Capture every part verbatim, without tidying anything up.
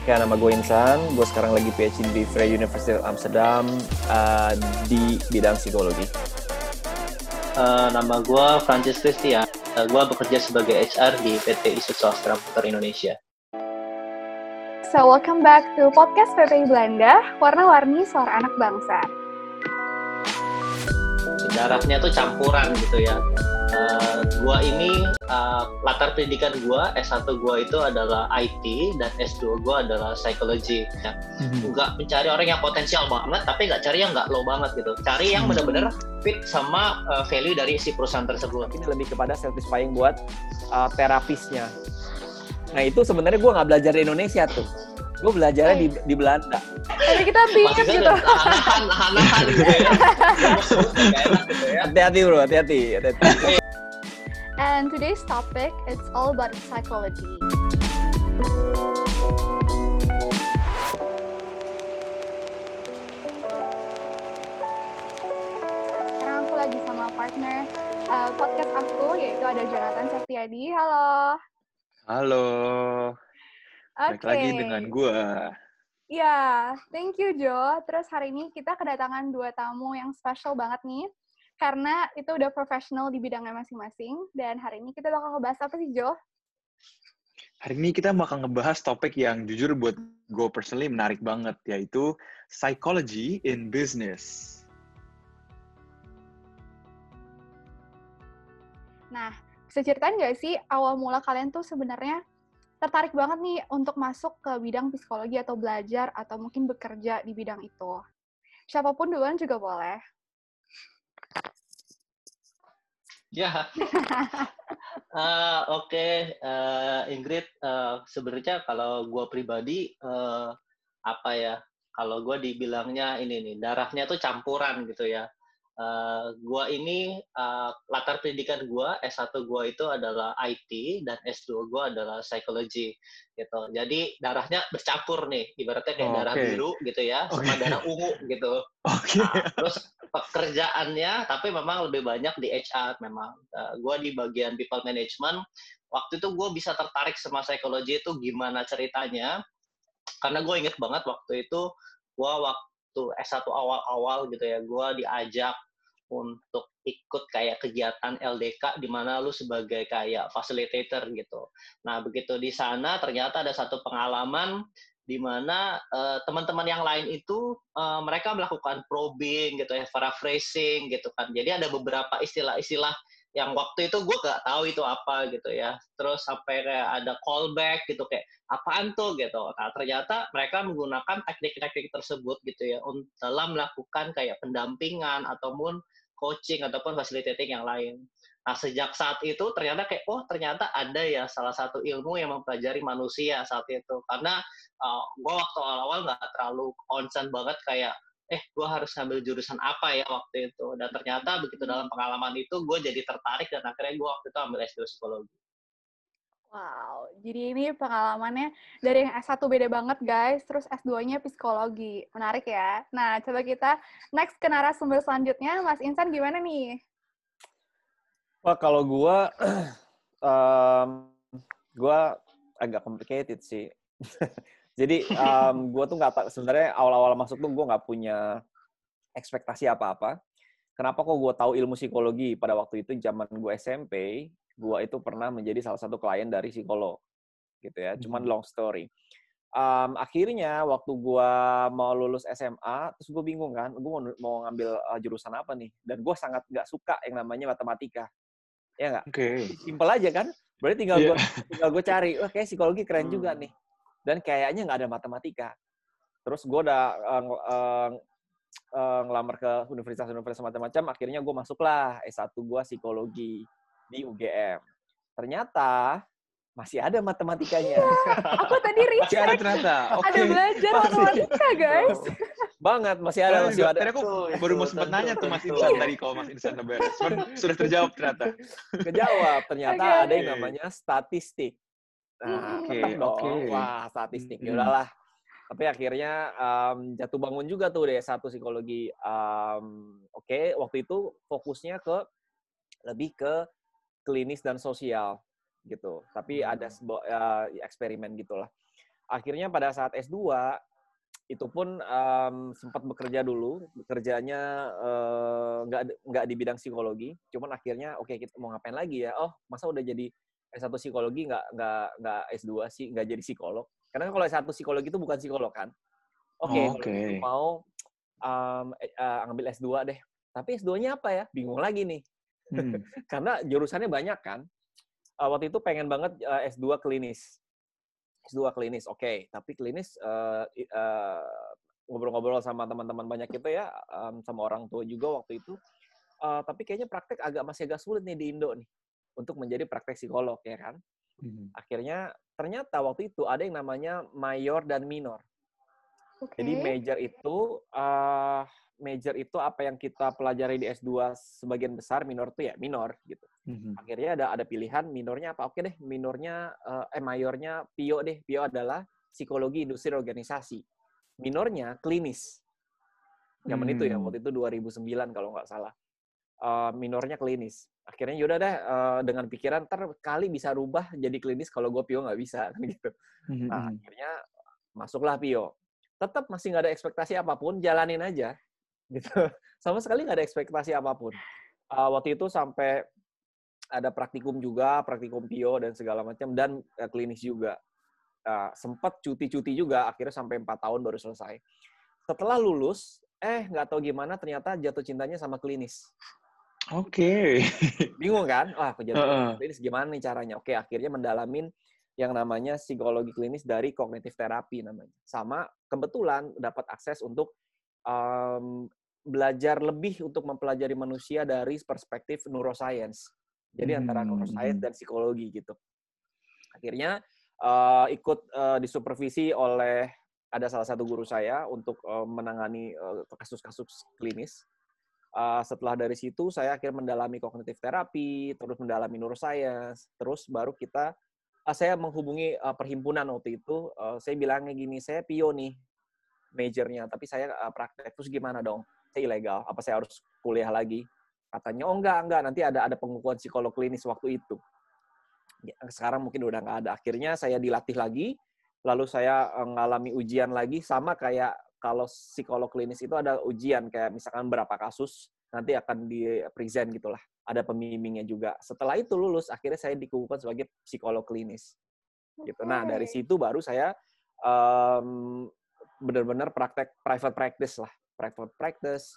Ya, nama gue Insan. Gue sekarang lagi PhD di Vrije University Amsterdam uh, di bidang psikologi. Uh, nama gue Francis Christian. Uh, gue bekerja sebagai H R di P T Instituut Swasta Puter Indonesia. So, welcome back to podcast P P I Belanda, warna-warni suara anak bangsa. Darahnya tuh campuran gitu ya. Uh, gua ini uh, latar pendidikan gua S satu gua itu adalah I T dan S dua gua adalah psikologi. Ya. Mm-hmm. Nggak mencari orang yang potensial banget, tapi nggak cari yang nggak low banget gitu. Cari yang mm-hmm. benar-benar fit sama uh, value dari si perusahaan tersebut. Ini lebih kepada satisfying buat uh, terapisnya. Nah itu sebenarnya gua nggak belajar di Indonesia tuh. Gue belajarnya di, di Belanda. Tapi kita bingung gitu. Hanahan gitu ya. Hati-hati bro, hati-hati. hati-hati. And today's topic, it's all about psychology. Sekarang aku lagi sama partner uh, podcast aku, yaitu ada Jonathan Septiadi. Halo. Halo. Balik okay. lagi dengan gue. Ya, thank you Jo. Terus hari ini kita kedatangan dua tamu yang spesial banget nih. Karena itu udah profesional di bidangnya masing-masing. Dan hari ini kita bakal ngebahas apa sih Jo? Hari ini kita bakal ngebahas topik yang jujur buat gue personally menarik banget. Yaitu psychology in business. Nah, bisa ceritain nggak sih awal mula kalian tuh sebenarnya tertarik banget nih untuk masuk ke bidang psikologi atau belajar atau mungkin bekerja di bidang itu. Siapapun duluan juga boleh. Ya, uh, oke okay. uh, Ingrid. Uh, sebenarnya kalau gue pribadi uh, apa ya? Kalau gue dibilangnya ini nih darahnya tuh campuran gitu ya. Uh, gua ini uh, latar pendidikan gua S satu gua itu adalah I T dan S dua gua adalah psikologi gitu. Jadi darahnya bercampur nih, ibaratnya kayak oh, darah okay. biru gitu ya, okay. sama darah ungu gitu. Okay. Nah, terus pekerjaannya tapi memang lebih banyak di H R memang. Uh, gua di bagian people management. Waktu itu gua bisa tertarik sama psikologi itu gimana ceritanya? Karena gue inget banget waktu itu gua waktu S satu awal-awal gitu ya, gua diajak untuk ikut kayak kegiatan L D K di mana lu sebagai kayak facilitator gitu. Nah, begitu di sana ternyata ada satu pengalaman di mana uh, teman-teman yang lain itu uh, mereka melakukan probing gitu ya, paraphrasing gitu kan. Jadi ada beberapa istilah-istilah yang waktu itu gue gak tahu itu apa gitu ya. Terus sampai kayak ada callback gitu kayak apaan tuh gitu. Nah, ternyata mereka menggunakan teknik-teknik tersebut gitu ya dalam melakukan kayak pendampingan ataupun coaching ataupun facilitating yang lain. Nah, sejak saat itu ternyata kayak, oh ternyata ada ya salah satu ilmu yang mempelajari manusia saat itu. Karena uh, gue waktu awal-awal nggak terlalu concern banget kayak, eh gue harus ngambil jurusan apa ya waktu itu. Dan ternyata begitu dalam pengalaman itu, gue jadi tertarik dan akhirnya gue waktu itu ambil S dua psikologi. Wow, jadi ini pengalamannya dari yang S satu beda banget guys, terus S dua-nya psikologi. Menarik ya. Nah, coba kita next ke narasumber selanjutnya. Mas Insan gimana nih? Wah, kalau gue, um, gue agak complicated sih. Jadi, um, gue tuh nggak, sebenarnya awal-awal masuk tuh gue nggak punya ekspektasi apa-apa. Kenapa kok gue tahu ilmu psikologi pada waktu itu zaman gue S M P, gue itu pernah menjadi salah satu klien dari psikolog, gitu ya. Cuman long story. Um, akhirnya waktu gue mau lulus S M A, terus gue bingung kan, gue mau, mau ngambil uh, jurusan apa nih? Dan gue sangat nggak suka yang namanya matematika, ya nggak? Oke. Okay. Simpel aja kan? Berarti tinggal yeah. gue tinggal gue cari, wah kayak psikologi keren hmm. juga nih. Dan kayaknya nggak ada matematika. Terus gue udah uh, uh, uh, ngelamar ke universitas-universitas macam-macam, akhirnya gue masuklah S satu gue psikologi di U G M. Ternyata masih ada matematikanya. Aku tadi recheck. Masih ada ternyata. Okay. Ada belajar matematika, guys. Banget, masih ada, masih ada. Tadi aku baru mau sempat nanya tuh Mas Insan tadi kalau Mas Insan beres. Sudah terjawab ternyata. Kejawab, ternyata okay. ada yang namanya statistik. Nah, oke, okay, oke. Okay. Wah, statistik. Ya udahlah. Tapi akhirnya um, jatuh bangun juga tuh S satu psikologi. Um, Oke, okay, waktu itu fokusnya ke lebih ke klinis dan sosial gitu. Tapi hmm. ada sebuah uh, eksperimen gitulah. akhirnya pada saat S dua itu pun um, sempat bekerja dulu, bekerjanya nggak uh, nggak di bidang psikologi, cuman akhirnya oke okay, kita mau ngapain lagi ya? Oh masa udah jadi S satu psikologi nggak nggak nggak S dua sih, nggak jadi psikolog? Karena kalau S satu psikologi itu bukan psikolog kan? Oke okay, oh, kalau okay. gitu mau um, uh, ngambil S dua deh. Tapi S dua-nya apa ya? Bingung lagi nih. Hmm. Karena jurusannya banyak kan. Uh, waktu itu pengen banget uh, S dua klinis. S dua klinis, oke. Okay. Tapi klinis uh, uh, ngobrol-ngobrol sama teman-teman banyak itu ya, um, sama orang tua juga waktu itu. Uh, tapi kayaknya praktek agak masih agak sulit nih di Indo nih untuk menjadi praktek psikolog ya kan. Hmm. Akhirnya ternyata waktu itu ada yang namanya mayor dan minor. Okay. Jadi major itu uh, major itu apa yang kita pelajari di S dua sebagian besar, minor itu ya minor gitu. Mm-hmm. Akhirnya ada ada pilihan minornya apa? Oke deh, minornya uh, eh mayornya P I O deh. P I O adalah psikologi industri organisasi. Minornya klinis. Zaman hmm. itu ya, waktu itu dua ribu sembilan kalau nggak salah. Uh, minornya klinis. Akhirnya yaudah deh uh, dengan pikiran ntar kali bisa rubah jadi klinis kalau gue P I O nggak bisa kan gitu. Mm-hmm. Nah, akhirnya masuklah P I O. Tetap masih nggak ada ekspektasi apapun, jalanin aja. Gitu. Sama sekali nggak ada ekspektasi apapun. Uh, waktu itu sampai ada praktikum juga, praktikum P I O dan segala macam, dan uh, klinis juga. Uh, sempat cuti-cuti juga, akhirnya sampai empat tahun baru selesai. Setelah lulus, eh nggak tahu gimana ternyata jatuh cintanya sama klinis. Oke. Okay. Bingung kan? Wah, aku jatuh uh-uh. klinis gimana nih caranya? Oke, akhirnya mendalamin yang namanya psikologi klinis dari kognitif terapi namanya. Sama kebetulan dapat akses untuk um, belajar lebih untuk mempelajari manusia dari perspektif neuroscience. Jadi hmm. antara neuroscience dan psikologi gitu. Akhirnya uh, ikut uh, disupervisi oleh ada salah satu guru saya untuk uh, menangani uh, kasus-kasus klinis. Uh, setelah dari situ saya akhirnya mendalami kognitif terapi, terus mendalami neuroscience, terus baru kita uh, saya menghubungi uh, perhimpunan waktu itu. Uh, saya bilangnya gini, saya P I O nih majornya, tapi saya uh, praktek. Terus gimana dong? Saya ilegal, apa saya harus kuliah lagi? Katanya, oh enggak, enggak, nanti ada ada pengukuhan psikolog klinis waktu itu. Ya, sekarang mungkin udah nggak ada. Akhirnya saya dilatih lagi, lalu saya uh, ngalami ujian lagi, sama kayak kalau psikolog klinis itu ada ujian, kayak misalkan berapa kasus, nanti akan di-present gitulah. Ada pembimbingnya juga. Setelah itu lulus, akhirnya saya dikukuhkan sebagai psikolog klinis. Gitu. Nah, dari situ baru saya um, benar-benar praktek private practice lah. Private practice.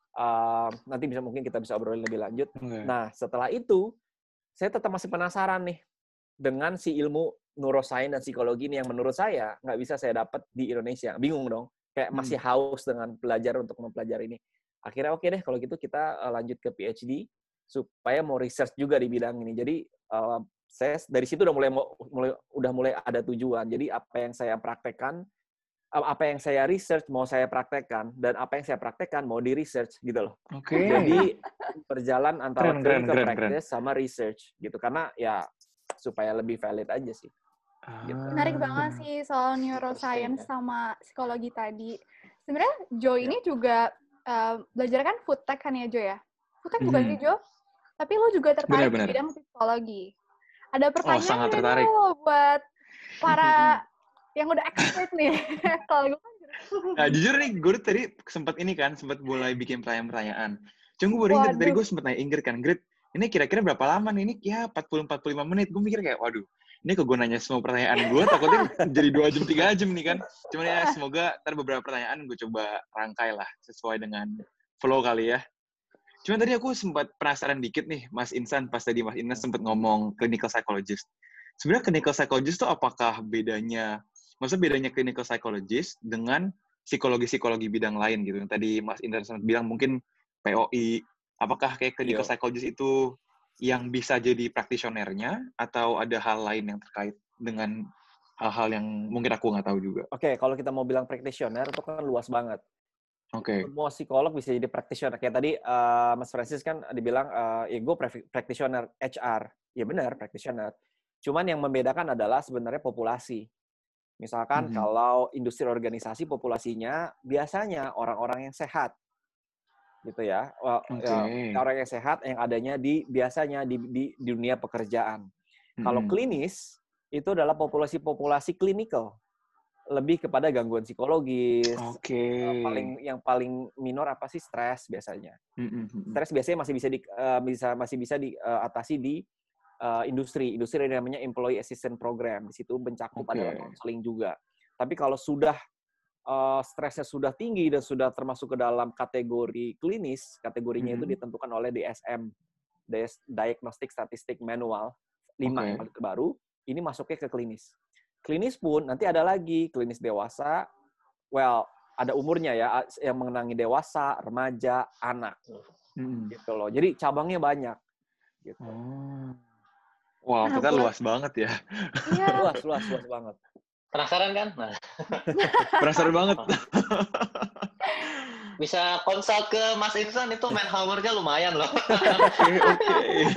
Uh, nanti bisa mungkin kita bisa obrolin lebih lanjut. Okay. Nah, setelah itu, saya tetap masih penasaran nih dengan si ilmu neuroscience dan psikologi ini yang menurut saya nggak bisa saya dapat di Indonesia. Bingung dong. Kayak masih haus dengan belajar untuk mempelajari ini. Akhirnya oke okay deh, kalau gitu kita uh, lanjut ke P H D supaya mau research juga di bidang ini. Jadi uh, saya dari situ udah mulai, mulai udah mulai ada tujuan. Jadi apa yang saya praktekkan, apa yang saya research mau saya praktekkan, dan apa yang saya praktekkan mau di research gitu loh. Oke. Okay. Jadi berjalan antara keren, clinical keren, practice keren. sama research gitu. Karena ya supaya lebih valid aja sih. Gitu. Menarik banget sih soal neuroscience sama psikologi tadi. Sebenarnya Jo ini ya. juga uh, belajar kan food tech kan ya Jo ya? Food tech bukan hmm. sih Jo? Tapi lo juga tertarik benar, benar. di bidang psikologi. Ada pertanyaan oh, sangat tertarik. buat para yang udah expert nih. Kalau gue kan nah, jujur nih, gue tadi sempat ini kan, sempat mulai bikin pertanyaan-pertanyaan. Cuma gue baru ingat, tadi gue sempat nanya Ingrid kan, Ingrid, ini kira-kira berapa lama nih? Ini ya empat puluh sampai empat puluh lima menit. Gue mikir kayak, waduh, ini kok gue nanya semua pertanyaan gue, takutnya jadi dua jam, tiga jam nih kan. Cuman ya semoga ntar beberapa pertanyaan gue coba rangkai lah, sesuai dengan flow kali ya. Cuman tadi aku sempat penasaran dikit nih, Mas Insan, pas tadi Mas Insan sempat ngomong clinical psychologist. Sebenarnya clinical psychologist itu apakah bedanya, maksudnya bedanya clinical psychologist dengan psikologi-psikologi bidang lain gitu. Yang tadi Mas Insan sempat bilang mungkin P O I, apakah kayak clinical Yo. psychologist itu yang bisa jadi praktisionernya atau ada hal lain yang terkait dengan hal-hal yang mungkin aku nggak tahu juga? Oke, okay, kalau kita mau bilang practitioner itu kan luas banget. Oke. Okay. Semua psikolog bisa jadi practitioner. Kayak tadi uh, Mas Francis kan dibilang, uh, ya gue practitioner H R. Ya benar, practitioner. Cuman yang membedakan adalah sebenarnya populasi. Misalkan mm-hmm. kalau industri organisasi populasinya biasanya orang-orang yang sehat. Gitu ya. Okay. Orang yang sehat yang adanya di biasanya di, di, di dunia pekerjaan. Mm-hmm. Kalau klinis itu adalah populasi-populasi klinikal. lebih kepada gangguan psikologis. Oke. Uh, paling yang paling minor apa sih? Stres biasanya. Mm-mm. Stres biasanya masih bisa di uh, bisa masih bisa diatasi di uh, industri. Industri yang namanya Employee Assistance Program. Di situ mencakup Oke. adalah konseling juga. Tapi kalau sudah uh, stresnya sudah tinggi dan sudah termasuk ke dalam kategori klinis, kategorinya Mm-mm. itu ditentukan oleh D S M, Diagnostic Statistic Manual lima Oke. yang paling terbaru. Ini masuknya ke klinis. Klinis pun nanti ada lagi klinis dewasa. Well, ada umurnya ya, yang mengenangi dewasa, remaja, anak. Mm-mm. Gitu loh. Jadi cabangnya banyak. Gitu. Oh. Wow, Nah, kita buat- luas banget ya. Iya. Luas, luas, luas banget. Penasaran kan? Nah, Penasaran banget. bisa konsul ke Mas Insan, itu manpower-nya lumayan loh. Oke, oke.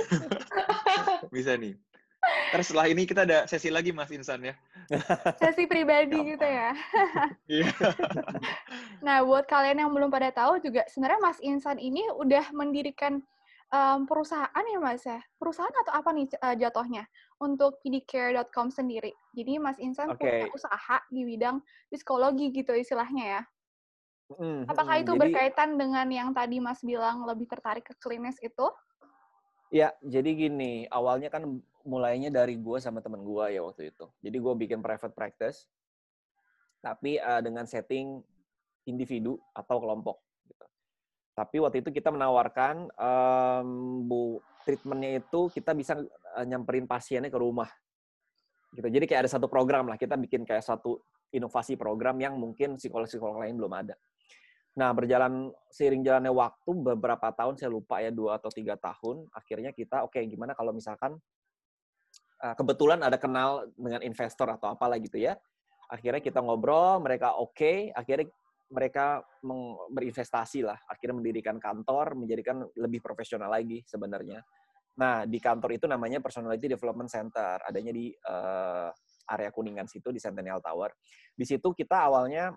Bisa nih. Terus setelah ini kita ada sesi lagi Mas Insan ya. Sesi pribadi Gampang. gitu ya. Iya. Nah, buat kalian yang belum pada tahu juga, sebenarnya Mas Insan ini udah mendirikan um, perusahaan ya Mas ya? Perusahaan atau apa nih uh, jatuhnya? Untuk p d care dot com sendiri. Jadi Mas Insan Oke. punya usaha di bidang psikologi gitu istilahnya ya. Mm, Apakah mm, itu jadi, berkaitan dengan yang tadi Mas bilang lebih tertarik ke klinis itu? ya, jadi gini, awalnya kan mulainya dari gue sama temen gue ya waktu itu. Jadi gue bikin private practice, tapi uh, dengan setting individu atau kelompok. Gitu. Tapi waktu itu kita menawarkan um, bu treatmentnya itu kita bisa uh, nyamperin pasiennya ke rumah. Gitu. Jadi kayak ada satu program lah, kita bikin kayak satu inovasi program yang mungkin psikolog-psikolog lain belum ada. Nah, berjalan seiring jalannya waktu, beberapa tahun, saya lupa ya, dua atau tiga tahun, akhirnya kita, oke, okay, gimana kalau misalkan uh, kebetulan ada kenal dengan investor atau apalah gitu ya. Akhirnya kita ngobrol, mereka oke, okay, akhirnya mereka berinvestasi lah, akhirnya mendirikan kantor, menjadikan lebih profesional lagi sebenarnya. Nah, di kantor itu namanya Personality Development Center, adanya di uh, area Kuningan situ, di Centennial Tower. Di situ kita awalnya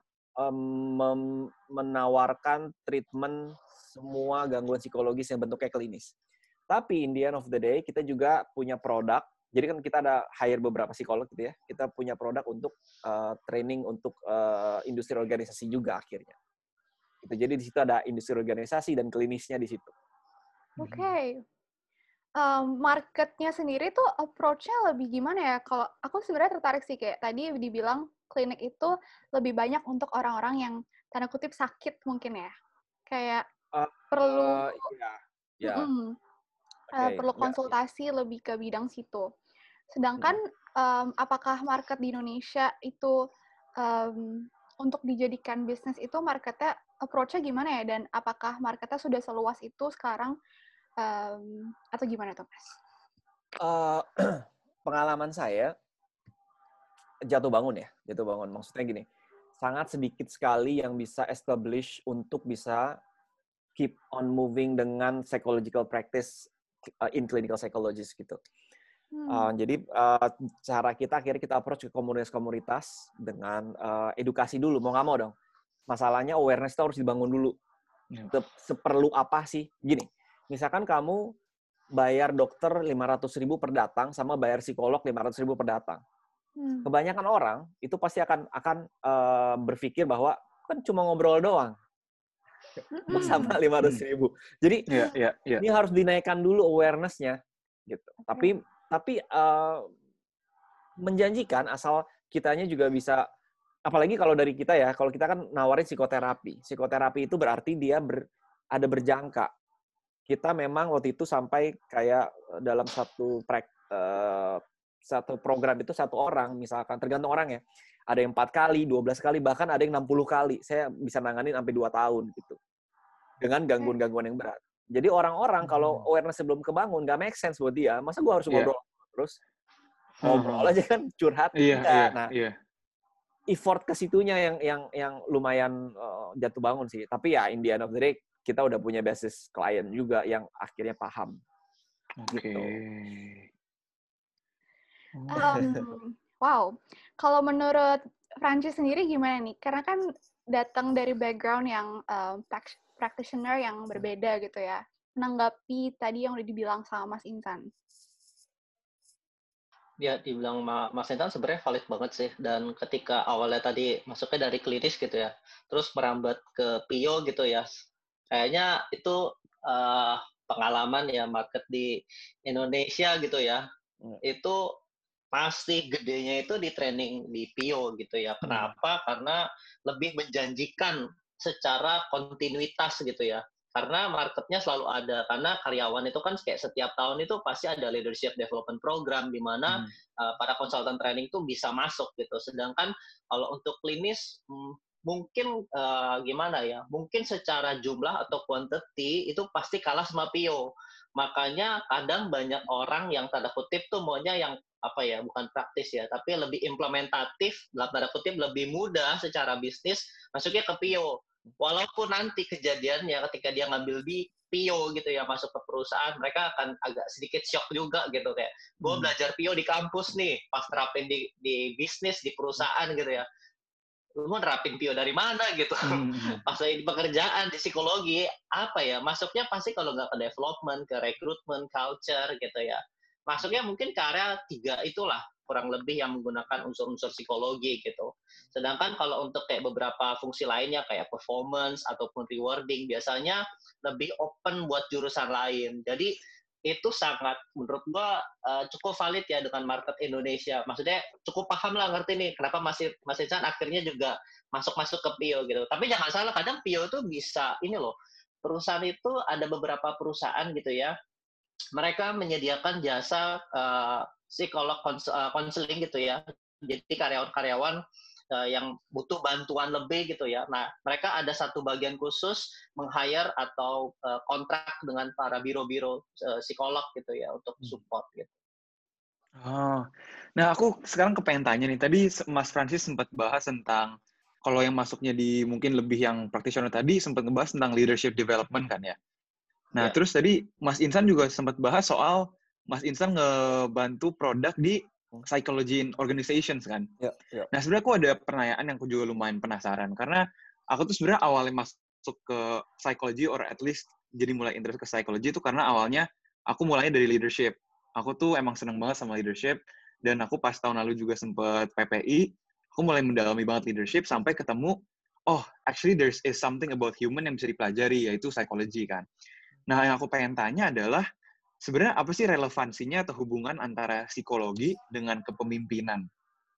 Um, menawarkan treatment semua gangguan psikologis yang bentuknya klinis. Tapi in the end of the day, kita juga punya produk. Jadi kan kita ada hire beberapa psikolog gitu ya. Kita punya produk untuk uh, training untuk uh, industri organisasi juga akhirnya. Gitu. Jadi di situ ada industri organisasi dan klinisnya di situ. Oke. Okay. Um, marketnya sendiri tuh approach-nya lebih gimana ya? Kalau aku sebenarnya tertarik sih, kayak tadi dibilang klinik itu lebih banyak untuk orang-orang yang tanda kutip sakit mungkin ya, kayak uh, perlu, uh, yeah, yeah. Mm-mm, okay, uh, perlu konsultasi yeah. lebih ke bidang situ. Sedangkan um, apakah market di Indonesia itu um, untuk dijadikan bisnis itu marketnya approach-nya gimana ya? Dan apakah marketnya sudah seluas itu sekarang? Um, atau gimana tuh, Mas? Uh, pengalaman saya jatuh bangun ya, jatuh bangun. Maksudnya gini, sangat sedikit sekali yang bisa establish untuk bisa keep on moving dengan psychological practice uh, in clinical psychologist gitu. Hmm. Uh, jadi uh, cara kita akhirnya kita approach ke komunitas-komunitas dengan uh, edukasi dulu, mau nggak mau dong. Masalahnya awareness itu harus dibangun dulu. Yeah. Seperlu apa sih? Gini, misalkan kamu bayar dokter lima ratus ribu per datang sama bayar psikolog lima ratus ribu per datang. Hmm. Kebanyakan orang itu pasti akan akan uh, berpikir bahwa kan cuma ngobrol doang. Hmm. Sama lima ratus ribu. Jadi yeah, yeah, yeah. ini harus dinaikkan dulu awareness-nya gitu. Okay. Tapi tapi uh, menjanjikan asal kitanya juga bisa, apalagi kalau dari kita ya, kalau kita kan nawarin psikoterapi. Psikoterapi itu berarti dia ber, ada berjangka. Kita memang waktu itu sampai kayak dalam satu prek, uh, satu program itu satu orang, misalkan tergantung orang ya. Ada yang empat kali, dua belas kali, bahkan ada yang enam puluh kali. Saya bisa nanganin sampai dua tahun gitu. Dengan gangguan-gangguan yang berat. Jadi orang-orang kalau awareness sebelum kebangun, nggak make sense buat dia. Masa gue harus ngobrol yeah. terus? Ngobrol uh-huh. aja kan, curhat. Iya, enggak. iya, Nah, iya. effort ke situnya yang yang yang lumayan uh, jatuh bangun sih. Tapi ya in the end of the day, kita udah punya basis klien juga yang akhirnya paham. Oke. Okay. Gitu. Um, wow. Kalau menurut Francis sendiri gimana nih? Karena kan datang dari background yang um, practitioner yang berbeda gitu ya. Menanggapi tadi yang udah dibilang sama Mas Insan. Ya, dibilang Ma Mas Intan sebenarnya valid banget sih. Dan ketika awalnya tadi masuknya dari klinis gitu ya, terus merambat ke P I O gitu ya, kayaknya itu uh, pengalaman ya market di Indonesia gitu ya, Hmm. itu pasti gedenya itu di training di P I O gitu ya. Kenapa? Karena lebih menjanjikan secara kontinuitas gitu ya. Karena marketnya selalu ada. Karena karyawan itu kan kayak setiap tahun itu pasti ada leadership development program di mana Hmm. uh, para konsultan training itu bisa masuk gitu. Sedangkan kalau untuk klinis hmm, mungkin uh, gimana ya? Mungkin secara jumlah atau quantity itu pasti kalah sama P I O. Makanya kadang banyak orang yang tanda kutip tuh maunya yang apa ya, bukan praktis ya, tapi lebih implementatif, dalam tanda kutip lebih mudah secara bisnis, masuknya ke P I O. Walaupun nanti kejadiannya ketika dia ngambil di P I O gitu ya, masuk ke perusahaan, mereka akan agak sedikit shock juga gitu, kayak gue belajar P I O di kampus nih, pas terapin di, di bisnis, di perusahaan gitu ya, lu mau nerapin P I O dari mana gitu. Hmm. Pas di pekerjaan, di psikologi, apa ya, masuknya pasti kalau nggak ke development, ke rekrutmen, culture gitu ya, masuknya mungkin ke area tiga itulah, kurang lebih yang menggunakan unsur-unsur psikologi gitu. Sedangkan kalau untuk kayak beberapa fungsi lainnya kayak performance ataupun rewarding, biasanya lebih open buat jurusan lain. Jadi itu sangat menurut gua uh, cukup valid ya dengan market Indonesia. Maksudnya cukup paham lah, ngerti nih kenapa masih Mas Ican akhirnya juga masuk-masuk ke P I O gitu. Tapi jangan salah, kadang P I O itu bisa ini loh. Perusahaan itu ada beberapa perusahaan gitu ya. Mereka menyediakan jasa uh, psikolog konseling gitu ya. Jadi karyawan-karyawan uh, yang butuh bantuan lebih gitu ya. Nah, mereka ada satu bagian khusus meng-hire atau uh, kontrak dengan para biro-biro uh, psikolog gitu ya untuk support gitu. Oh, nah aku sekarang kepengen tanya nih. Tadi Mas Francis sempat bahas tentang kalau yang masuknya di mungkin lebih yang practitioner tadi sempat ngebahas tentang leadership development kan ya. Nah, Yeah. terus tadi Mas Insan juga sempat bahas soal Mas Insan ngebantu produk di psychology in organizations kan. Ya, ya. Nah, sebenarnya aku ada pertanyaan yang aku juga lumayan penasaran. Karena aku tuh sebenarnya awalnya masuk ke psychology or at least jadi mulai interest ke psychology itu karena awalnya aku mulainya dari leadership. Aku tuh emang seneng banget sama leadership. Dan aku pas tahun lalu juga sempat P P I, aku mulai mendalami banget leadership sampai ketemu, oh, actually there is something about human yang bisa dipelajari, yaitu psychology kan. Nah, yang aku pengen tanya adalah, sebenarnya apa sih relevansinya atau hubungan antara psikologi dengan kepemimpinan?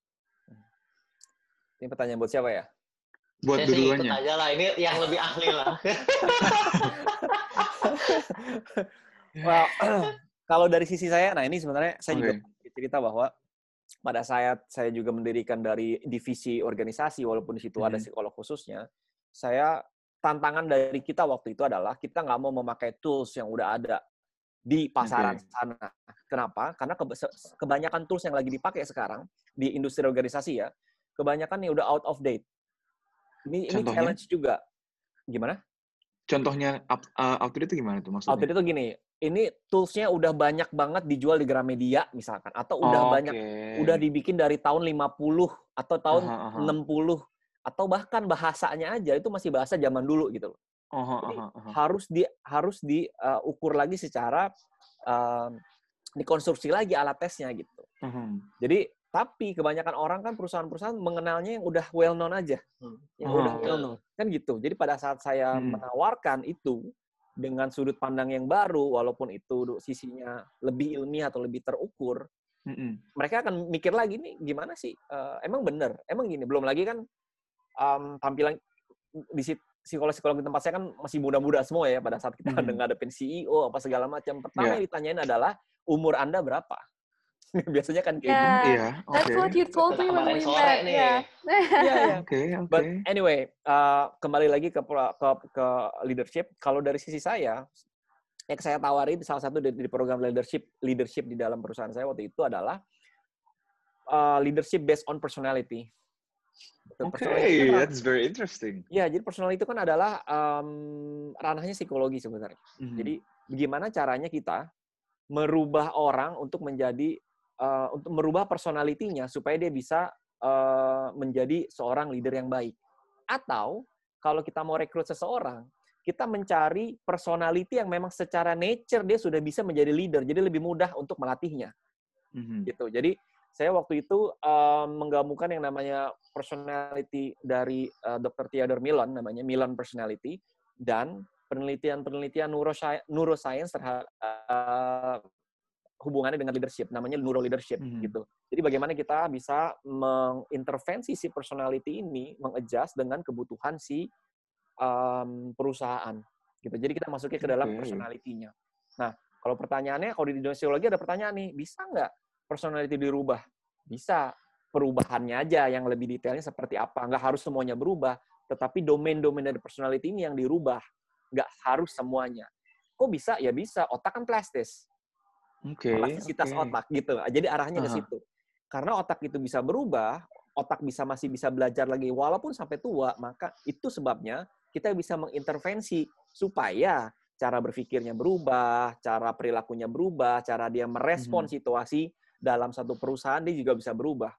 Ini pertanyaan buat siapa ya? Buat Saya sih ikut dua-duanya. aja lah, ini yang lebih ahli lah. Well, kalau dari sisi saya, nah ini sebenarnya saya Okay. juga cerita bahwa pada saat saya juga mendirikan dari divisi organisasi, walaupun di situ Mm-hmm. ada psikolog khususnya, saya tantangan dari kita waktu itu adalah kita nggak mau memakai tools yang udah ada di pasaran Okay. sana. Kenapa? Karena kebanyakan tools yang lagi dipakai sekarang di industri organisasi ya, kebanyakan nih udah out of date. Ini, ini challenge juga. Gimana? Contohnya uh, out of date itu gimana tuh maksudnya? Out of date itu gini, ini toolsnya udah banyak banget dijual di Gramedia misalkan, atau udah okay. banyak, udah dibikin dari tahun lima puluh atau tahun aha, aha. enam puluh, atau bahkan bahasanya aja itu masih bahasa zaman dulu gitu loh. Aha, Jadi aha, aha. harus di harus diukur uh, lagi secara uh, dikonstruksi lagi alat tesnya gitu. Uh-huh. Jadi tapi kebanyakan orang kan perusahaan-perusahaan mengenalnya yang udah well known aja, hmm. yang uh-huh. udah well known kan gitu. Jadi pada saat saya hmm. menawarkan itu dengan sudut pandang yang baru, walaupun itu sisinya lebih ilmiah atau lebih terukur, hmm. mereka akan mikir lagi nih gimana sih? Uh, emang bener? Emang gini? Belum lagi kan um, tampilan di situ. Psikolog-psikolog di tempat saya kan masih muda-muda semua ya pada saat kita mm-hmm. ngadepin C E O apa segala macam. Pertama yeah. yang ditanyain adalah umur Anda berapa? Biasanya kan kayak yeah, gitu. Iya, yeah, okay. That's what you told me when we met. Iya, iya. Oke, oke. But anyway, uh, kembali lagi ke, ke ke leadership. Kalau dari sisi saya, yang saya tawarin salah satu di, di program leadership leadership di dalam perusahaan saya waktu itu adalah uh, leadership based on personality. Oke, okay, that's very interesting. Ya, jadi personal itu kan adalah um, ranahnya psikologi sebenarnya. Mm-hmm. Jadi bagaimana caranya kita merubah orang untuk menjadi uh, untuk merubah personalitinya supaya dia bisa uh, menjadi seorang leader yang baik. Atau kalau kita mau rekrut seseorang, kita mencari personality yang memang secara nature dia sudah bisa menjadi leader. Jadi lebih mudah untuk melatihnya. Mm-hmm. Gitu. Jadi Saya waktu itu um, menggabungkan yang namanya personality dari uh, dokter Theodore Millon, namanya Millon Personality, dan penelitian-penelitian neuroscience, neuroscience terhadap uh, hubungannya dengan leadership, namanya neuro leadership Hmm. gitu. Jadi bagaimana kita bisa mengintervensi si personality ini, mengadjust dengan kebutuhan si um, perusahaan gitu. Jadi kita masuknya ke dalam Oke. personality-nya. Nah, kalau pertanyaannya, kalau di psikologi ada pertanyaan nih, bisa nggak personality dirubah? Bisa. Perubahannya aja yang lebih detailnya seperti apa. Nggak harus semuanya berubah, tetapi domain-domain dari personality ini yang dirubah. Nggak harus semuanya. Kok bisa? Ya bisa. Otak kan plastis. Oke, Plastisitas oke. otak gitu. Jadi arahnya ke Aha. situ. Karena otak itu bisa berubah, otak bisa masih bisa belajar lagi walaupun sampai tua, maka itu sebabnya kita bisa mengintervensi supaya cara berpikirnya berubah, cara perilakunya berubah, cara dia merespon Mhm. situasi dalam satu perusahaan dia juga bisa berubah.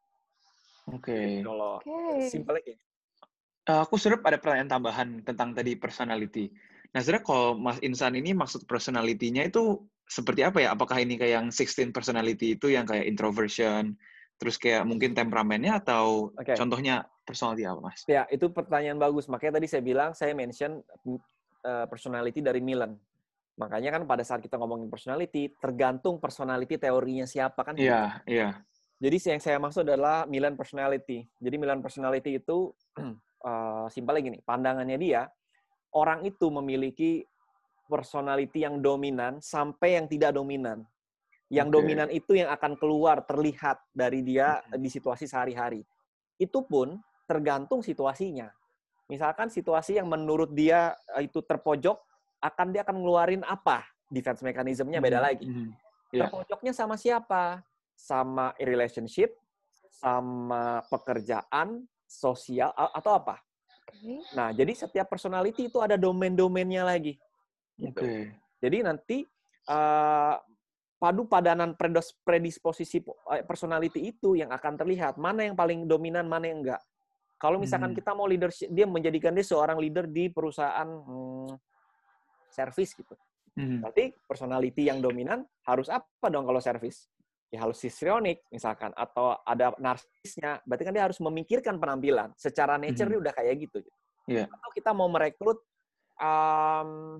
Oke. Kalau Oke. simpelnya kayak gitu. Eh, aku sebenarnya ada pertanyaan tambahan tentang tadi personality. Nah, sebenarnya kalau Mas Insan ini maksud personality-nya itu seperti apa ya? Apakah ini kayak yang sixteen personality itu yang kayak introversion, terus kayak mungkin temperamennya, atau Oke. contohnya personality apa, Mas? Ya, itu pertanyaan bagus. Makanya tadi saya bilang, saya mention uh, personality dari Millon. Makanya kan pada saat kita ngomongin personality, tergantung personality teorinya siapa kan gitu. Iya, iya. Jadi yang saya maksud adalah Millon personality. Jadi Millon personality itu uh, simpelnya gini, pandangannya dia, orang itu memiliki personality yang dominan sampai yang tidak dominan. Yang Oke. dominan itu yang akan keluar, terlihat dari dia Mhm. di situasi sehari-hari. Itu pun tergantung situasinya. Misalkan situasi yang menurut dia itu terpojok, akan dia akan ngeluarin apa? Defense mechanism-nya beda Mhm, lagi. mhm. Iya. Terpojoknya sama siapa? Sama relationship, sama pekerjaan, sosial, atau apa? Oke. Nah, jadi setiap personality itu ada domain-domainnya lagi. Gitu. Oke. Jadi nanti uh, padu padanan predisposisi personality itu yang akan terlihat. Mana yang paling dominan, mana yang enggak. Kalau misalkan Mhm. kita mau leadership, dia menjadikan dia seorang leader di perusahaan hmm, service gitu. Mhm. Berarti personality yang dominan harus apa dong kalau service? Ya harus histrionik misalkan, atau ada narsisnya. Berarti kan dia harus memikirkan penampilan. Secara nature Mhm. dia udah kayak gitu. Iya. Atau kita mau merekrut um,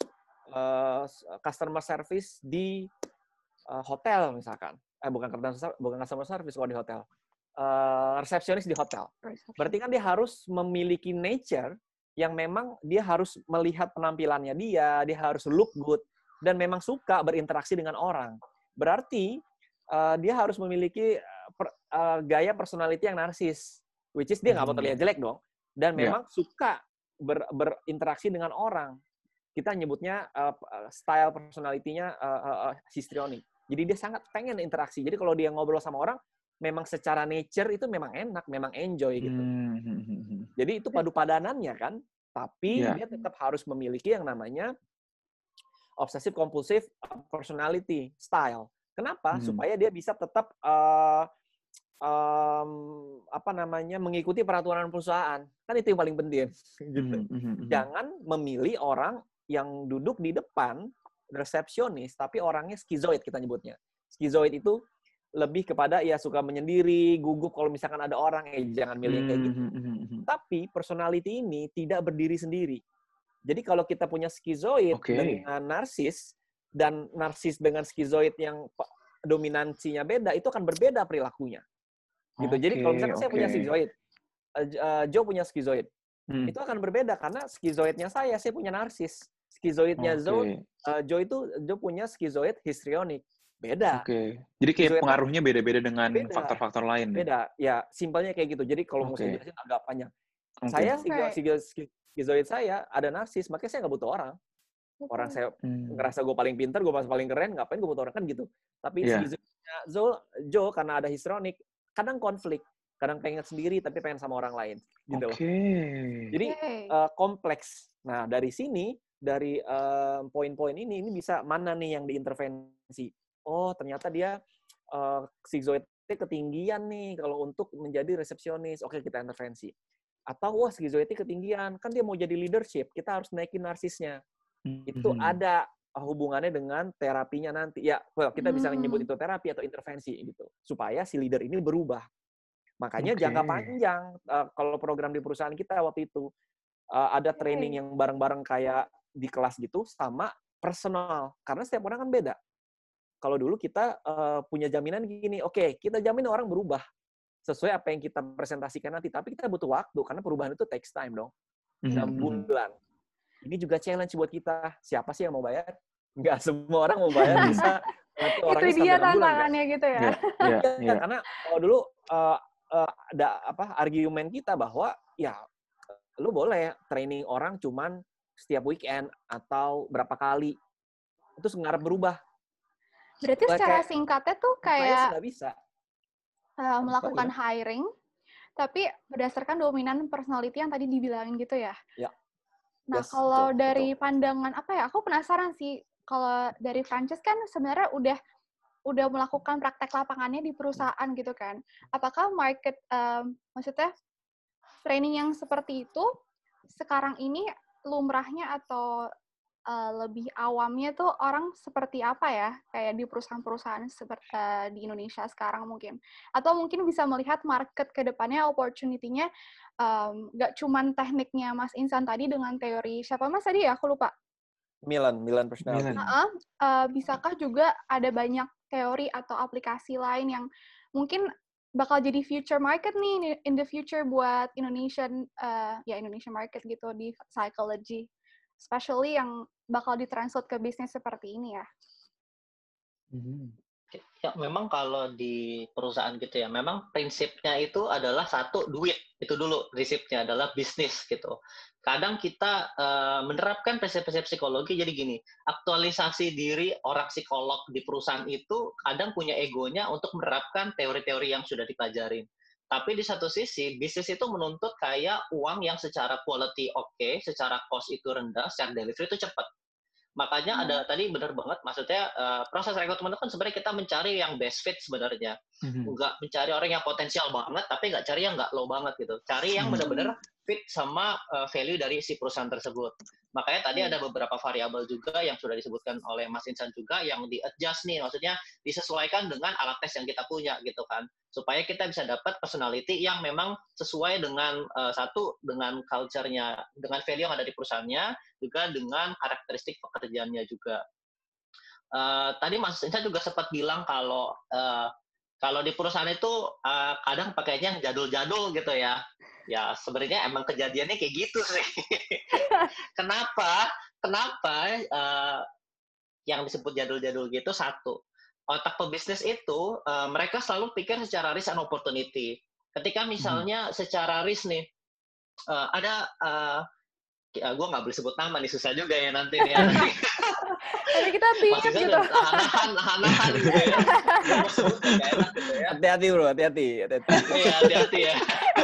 uh, customer service di uh, hotel misalkan. Eh bukan bukan customer service kalau di hotel. Uh, resepsionis di hotel. Berarti kan dia harus memiliki nature yang memang dia harus melihat penampilannya dia, dia harus look good, dan memang suka berinteraksi dengan orang. Berarti uh, dia harus memiliki per, uh, gaya personality yang narsis, which is dia nggak mau Mhm. terlihat jelek dong, dan Iya. memang suka ber, berinteraksi dengan orang. Kita nyebutnya uh, style personality-nya uh, uh, uh, histrionic. Jadi dia sangat pengen interaksi. Jadi kalau dia ngobrol sama orang, memang secara nature itu memang enak, memang enjoy gitu. Mhm. Jadi itu padu padanannya kan, tapi Iya. dia tetap harus memiliki yang namanya obsessive compulsive personality style. Kenapa? Mhm. Supaya dia bisa tetap uh, um, apa namanya mengikuti peraturan perusahaan. Kan itu yang paling penting. Gitu. Mhm. Mhm. Jangan memilih orang yang duduk di depan resepsionis, tapi orangnya skizoid kita nyebutnya. Skizoid itu lebih kepada ya suka menyendiri, gugup kalau misalkan ada orang, eh jangan milih yang kayak gitu. Mhm. Tapi personality ini tidak berdiri sendiri. Jadi kalau kita punya skizoid Oke. dengan narsis, dan narsis dengan skizoid yang dominansinya beda, itu akan berbeda perilakunya. Gitu. Oke, Jadi kalau misalkan saya oke. punya skizoid, uh, Joe punya skizoid, Hmm. itu akan berbeda karena skizoidnya saya, saya punya narsis. Skizoidnya Oke. Joe, uh, Joe itu Joe punya skizoid histrionik. Beda. Oke. Jadi kayak Skizoid pengaruhnya beda-beda dengan beda. faktor-faktor lain. Beda. Ya, simpelnya kayak gitu. Jadi kalau mau saya Oke. jelasin agak panjang. Oke. Saya Oke. skizoid saya ada narsis, makanya saya nggak butuh orang. Orang saya Hmm. ngerasa gue paling pintar, gue paling keren, ngapain gue butuh orang kan gitu. Tapi Iya. skizoidnya Joe, Joe karena ada histrionik, kadang konflik, kadang pengen sendiri tapi pengen sama orang lain, gitu loh. Oke. Jadi Oke. uh, kompleks. Nah dari sini, dari uh, poin-poin ini, ini bisa mana nih yang diintervensi? Oh ternyata dia uh, skizoidnya ketinggian nih kalau untuk menjadi resepsionis. Oke kita intervensi. Atau wah skizoidnya ketinggian, kan dia mau jadi leadership, kita harus naikin narsisnya. Mm-hmm. Itu ada hubungannya dengan terapinya nanti. Ya, well, kita bisa Hmm. menyebut itu terapi atau intervensi gitu. Supaya si leader ini berubah. Makanya Oke. jangka panjang uh, kalau program di perusahaan kita waktu itu uh, ada training yang bareng-bareng kayak di kelas gitu sama personal. Karena setiap orang kan beda. Kalau dulu kita uh, punya jaminan gini, oke, okay, kita jamin orang berubah sesuai apa yang kita presentasikan nanti. Tapi kita butuh waktu karena perubahan itu takes time dong. enam bulan. Ini juga challenge buat kita. Siapa sih yang mau bayar? Nggak semua orang mau bayar bisa. Nanti Itu orangnya dia sampai enam bulan, guys. tantangannya gitu ya. Iya, iya, Ya, iya. karena kalau dulu uh, uh, ada apa argumen kita bahwa ya lu boleh training orang cuman setiap weekend atau berapa kali. Itu ngarep berubah. Berarti Kayak- secara kayak- singkatnya tuh Saya sih kayak nggak bisa. uh, melakukan Gimana? hiring, tapi berdasarkan dominan personality yang tadi dibilangin gitu ya. Ya. Nah, Yes, kalau betul, dari betul. pandangan apa ya? Aku penasaran sih. Kalau dari Frances kan sebenarnya udah udah melakukan praktek lapangannya di perusahaan gitu kan. Apakah market um, maksudnya training yang seperti itu sekarang ini lumrahnya atau uh, lebih awamnya tuh orang seperti apa ya? Kayak di perusahaan-perusahaan seperti uh, di Indonesia sekarang mungkin. Atau mungkin bisa melihat market ke depannya opportunity-nya um, nggak cuman tekniknya Mas Insan tadi dengan teori siapa Mas tadi ya? Aku lupa. Milan, Milan personality. Milan. Uh, uh, bisakah juga ada banyak teori atau aplikasi lain yang mungkin bakal jadi future market nih in the future buat Indonesian uh, ya Indonesian market gitu di psychology, especially yang bakal ditranslate ke bisnis seperti ini ya. Ya, memang kalau di perusahaan gitu ya, memang prinsipnya itu adalah satu, duit. Itu dulu prinsipnya adalah bisnis gitu. Kadang kita uh, menerapkan prinsip-prinsip psikologi, jadi gini, aktualisasi diri orang psikolog di perusahaan itu kadang punya egonya untuk menerapkan teori-teori yang sudah dipelajarin. Tapi di satu sisi, bisnis itu menuntut kayak uang yang secara quality oke, okay, secara cost itu rendah, secara delivery itu cepat. Makanya ada tadi benar banget, maksudnya uh, proses rekrutmen itu kan sebenarnya kita mencari yang best fit sebenarnya. Nggak mencari orang yang potensial banget, tapi nggak cari yang nggak low banget gitu. Cari yang benar-benar fit sama uh, value dari si perusahaan tersebut. Makanya tadi ada beberapa variabel juga yang sudah disebutkan oleh Mas Insan juga yang di-adjust nih, maksudnya disesuaikan dengan alat tes yang kita punya gitu kan. Supaya kita bisa dapat personality yang memang sesuai dengan uh, satu, dengan culture-nya, dengan value yang ada di perusahaannya, juga dengan karakteristik pekerjaannya juga. Uh, tadi Mas Insan juga sempat bilang kalau uh, kalau di perusahaan itu uh, kadang pakainya yang jadul-jadul gitu ya. Ya sebenarnya emang kejadiannya kayak gitu sih. Kenapa? Kenapa uh, yang disebut jadul-jadul gitu? Satu, otak pebisnis itu uh, mereka selalu pikir secara risk and opportunity. Ketika misalnya secara risk nih uh, ada uh, ya, gue nggak boleh sebut nama nih, susah juga ya nanti nih. Ya, nanti. Tapi kita pingin gitu. Nahan, nahan gitu ya. Gitu ya. Hati-hati bro, hati-hati. Iya, hati-hati ya.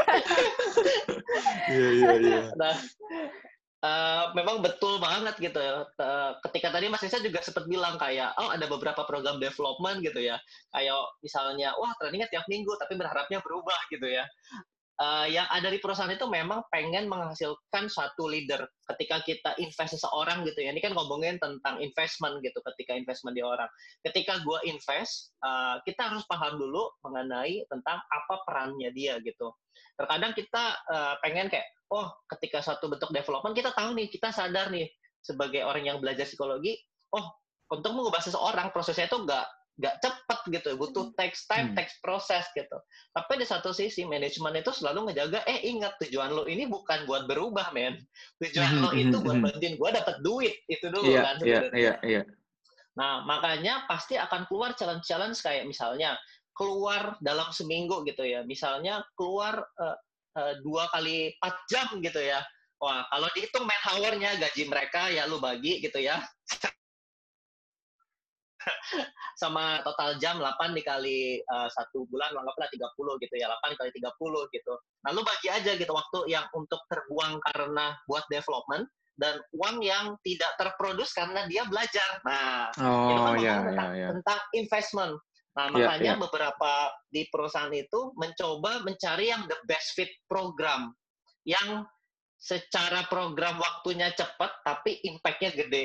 Iya, iya, iya. Nah, uh, memang betul banget gitu ya. Uh, ketika tadi Mas Nisa juga sempat bilang kayak, oh ada beberapa program development gitu ya. Kayak misalnya, wah trainingnya tiap minggu, tapi berharapnya berubah gitu ya. Uh, yang ada di perusahaan itu memang pengen menghasilkan suatu leader. Ketika kita invest seseorang gitu ya, ini kan ngomongin tentang investment gitu, ketika investment di orang. Ketika gue invest, uh, kita harus paham dulu mengenai tentang apa perannya dia gitu. Terkadang kita uh, pengen kayak, oh ketika suatu bentuk development, kita tahu nih, kita sadar nih, sebagai orang yang belajar psikologi, oh untuk mengubah seseorang, prosesnya itu nggak nggak cepat gitu, butuh takes time, takes proses gitu. Tapi di satu sisi manajemen itu selalu ngejaga, eh ingat tujuan lo ini bukan buat berubah men, tujuan lo itu buat bantuin gue dapat duit, itu dulu iya, kan Iya, sebenarnya. iya, iya. Nah makanya pasti akan keluar challenge-challenge kayak misalnya keluar dalam seminggu gitu ya, misalnya keluar uh, uh, dua kali empat jam gitu ya. Wah kalau dihitung man hour-nya gaji mereka ya lu bagi gitu ya. Sama total jam delapan dikali uh, satu bulan, anggaplah tiga puluh gitu ya, delapan kali tiga puluh gitu. Nah, lu bagi aja gitu waktu yang untuk terbuang karena buat development, dan uang yang tidak terproduce karena dia belajar. Nah, oh, itu kan iya, tentang, iya, iya. tentang investment. Nah, makanya yeah, yeah. beberapa di perusahaan itu mencoba mencari yang the best fit program, yang secara program waktunya cepat, tapi impact-nya gede.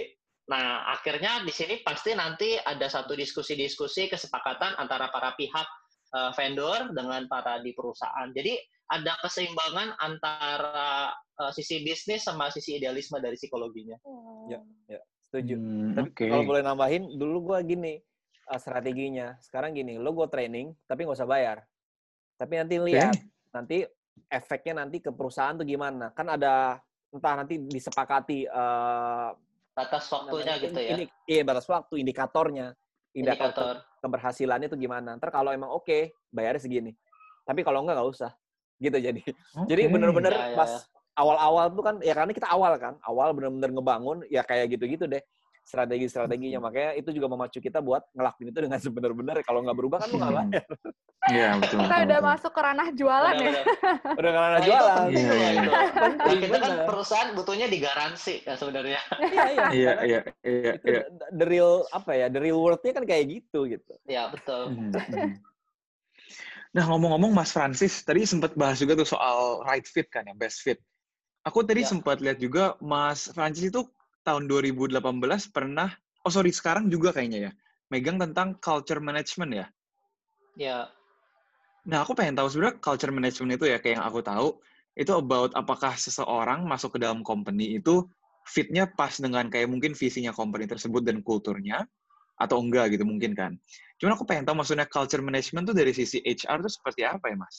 Nah, akhirnya di sini pasti nanti ada satu diskusi-diskusi kesepakatan antara para pihak uh, vendor dengan para di perusahaan. Jadi ada keseimbangan antara uh, sisi bisnis sama sisi idealisme dari psikologinya. Ya, ya, setuju. Hmm, Tapi oke. kalau boleh nambahin, dulu gue gini uh, strateginya. Sekarang gini, lo gue training, tapi nggak usah bayar. Tapi nanti lihat, Oke. nanti efeknya nanti ke perusahaan tuh gimana. Kan ada, entah nanti disepakati uh, Batas waktunya namanya, gitu ya. Ini, iya, batas waktu, indikatornya. Indikator, Indikator. ke- keberhasilannya itu gimana. Ntar kalau emang oke, okay, bayarnya segini. Tapi kalau enggak, nggak usah. Gitu jadi. Okay. Jadi bener-bener Ya, ya, pas ya. awal-awal tuh kan, ya karena kita awal kan. Awal bener-bener ngebangun, ya kayak gitu-gitu deh. Strategi-strateginya. Makanya itu juga memacu kita buat ngelakuin itu dengan sebenar-benar. Kalau nggak berubah kan lu nggak bayar. Iya, betul. Kita betul, udah betul. masuk ke ranah jualan ya. Benar-benar. Udah nggak ada Nah, itu jualan. penting Iya, loh iya. itu. Nah, Penting, kita kan bener. perusahaan butuhnya digaransi kan sebenarnya. Iya, iya. Iya, Karena iya, iya, itu iya. the real, apa ya, the real world-nya kan kayak gitu, gitu. Ya, betul. Mhm, mhm. Nah, ngomong-ngomong Mas Francis, tadi sempat bahas juga tuh soal right fit kan ya, best fit. Aku tadi Ya. sempat lihat juga Mas Francis itu tahun dua ribu delapan belas pernah, oh sorry, sekarang juga kayaknya ya, megang tentang culture management ya. Ya. Nah, aku pengen tahu sebenarnya culture management itu ya, kayak yang aku tahu, itu about apakah seseorang masuk ke dalam company itu fit-nya pas dengan kayak mungkin visinya company tersebut dan kulturnya, atau enggak gitu mungkin kan. Cuman aku pengen tahu maksudnya culture management tuh dari sisi H R tuh seperti apa ya, Mas?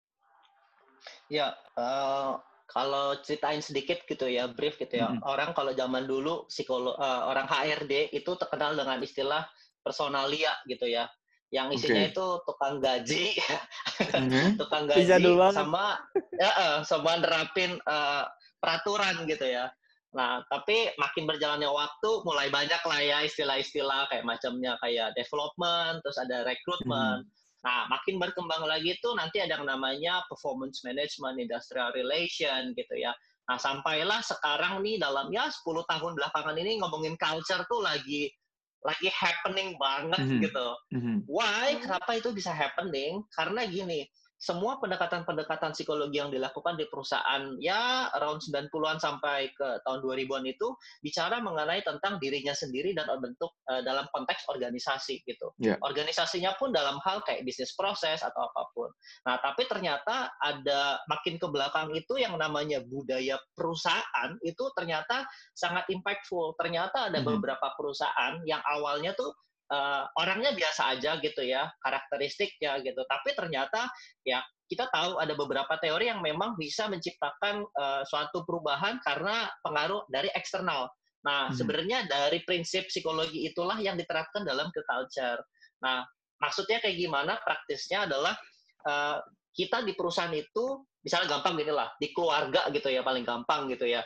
Ya, uh, kalau ceritain sedikit gitu ya, brief gitu ya. Mm-mm. Orang kalau zaman dulu psikolog, uh, orang H R D itu terkenal dengan istilah personalia gitu ya. Yang isinya Oke. itu tukang gaji, Mhm. tukang Bisa gaji dulu banget. sama ya, uh, sama nerapin uh, peraturan gitu ya. Nah, tapi makin berjalannya waktu, mulai banyak lah ya istilah-istilah kayak macamnya kayak development, terus ada rekrutmen. Mhm. Nah, makin berkembang lagi tuh nanti ada yang namanya performance management, industrial relation gitu ya. Nah, sampailah sekarang nih dalam ya sepuluh tahun belakangan ini ngomongin culture tuh lagi lagi happening banget Mhm. gitu. Mhm. Why? Kenapa itu bisa happening? Karena gini, semua pendekatan-pendekatan psikologi yang dilakukan di perusahaan ya around sembilan puluhan sampai ke tahun dua ribuan itu bicara mengenai tentang dirinya sendiri dan bentuk uh, dalam konteks organisasi gitu. Yeah. Organisasinya pun dalam hal kayak bisnis proses atau apapun. Nah, tapi ternyata ada makin ke belakang itu yang namanya budaya perusahaan itu ternyata sangat impactful. Ternyata ada Mhm. beberapa perusahaan yang awalnya tuh Uh, orangnya biasa aja gitu ya, karakteristiknya gitu. Tapi ternyata ya kita tahu ada beberapa teori yang memang bisa menciptakan uh, suatu perubahan karena pengaruh dari eksternal. Nah, Mhm. sebenarnya dari prinsip psikologi itulah yang diterapkan dalam ke culture. Nah, maksudnya kayak gimana? Praktisnya adalah uh, kita di perusahaan itu, misalnya gampang gini lah, di keluarga gitu ya, paling gampang gitu ya.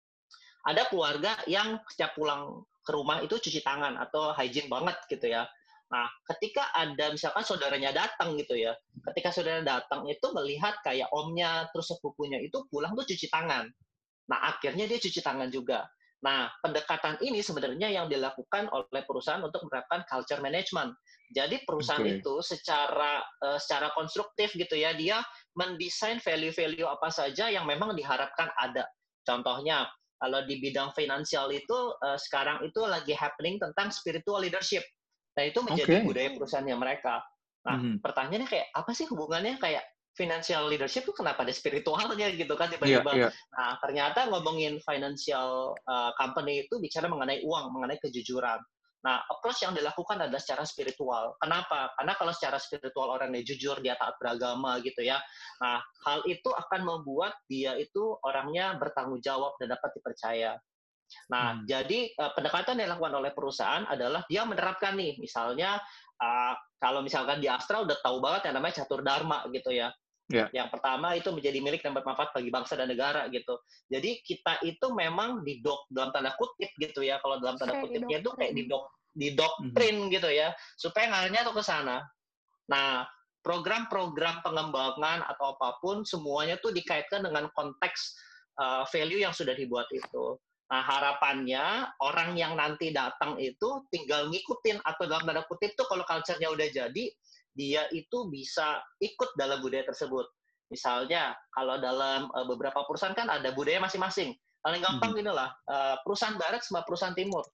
Ada keluarga yang setiap pulang ke rumah itu cuci tangan atau hygiene banget gitu ya. Nah, ketika ada misalkan saudaranya datang gitu ya, ketika saudara datang itu melihat kayak omnya terus sepupunya itu pulang tuh cuci tangan. Nah, akhirnya dia cuci tangan juga. Nah, pendekatan ini sebenarnya yang dilakukan oleh perusahaan untuk menerapkan culture management. Jadi perusahaan Okay. itu secara uh, secara konstruktif gitu ya, dia mendesain value-value apa saja yang memang diharapkan ada. Contohnya, kalau di bidang finansial itu uh, sekarang itu lagi happening tentang spiritual leadership. Nah, itu menjadi Okay. budaya perusahaannya mereka. Nah, Mhm. pertanyaannya kayak apa sih hubungannya kayak financial leadership itu kenapa ada spiritualnya gitu kan Iya, tiba-tiba. iya. Nah, ternyata ngomongin financial uh, company itu bicara mengenai uang, mengenai kejujuran. Nah, approach yang dilakukan adalah secara spiritual. Kenapa? Karena kalau secara spiritual orangnya jujur, dia taat beragama gitu ya. Nah, hal itu akan membuat dia itu orangnya bertanggung jawab dan dapat dipercaya. Nah, Hmm. jadi uh, pendekatan yang dilakukan oleh perusahaan adalah dia menerapkan nih, misalnya uh, kalau misalkan di Astra udah tahu banget yang namanya catur dharma gitu ya. Yeah. Yang pertama itu menjadi milik dan bermanfaat bagi bangsa dan negara gitu. Jadi kita itu memang didok dalam tanda kutip gitu ya. Kalau dalam tanda Oke, kutipnya itu kayak doktrin. didok didoktrin gitu ya, supaya ngalirnya tuh ke sana. Nah, program-program pengembangan atau apapun semuanya tuh dikaitkan dengan konteks uh, value yang sudah dibuat itu. Nah, harapannya orang yang nanti datang itu tinggal ngikutin atau dalam tanda kutip tuh kalau culture-nya udah jadi, dia itu bisa ikut dalam budaya tersebut. Misalnya, kalau dalam uh, beberapa perusahaan kan ada budaya masing-masing. Paling gampang Mhm. gini lah, uh, perusahaan barat sama perusahaan timur.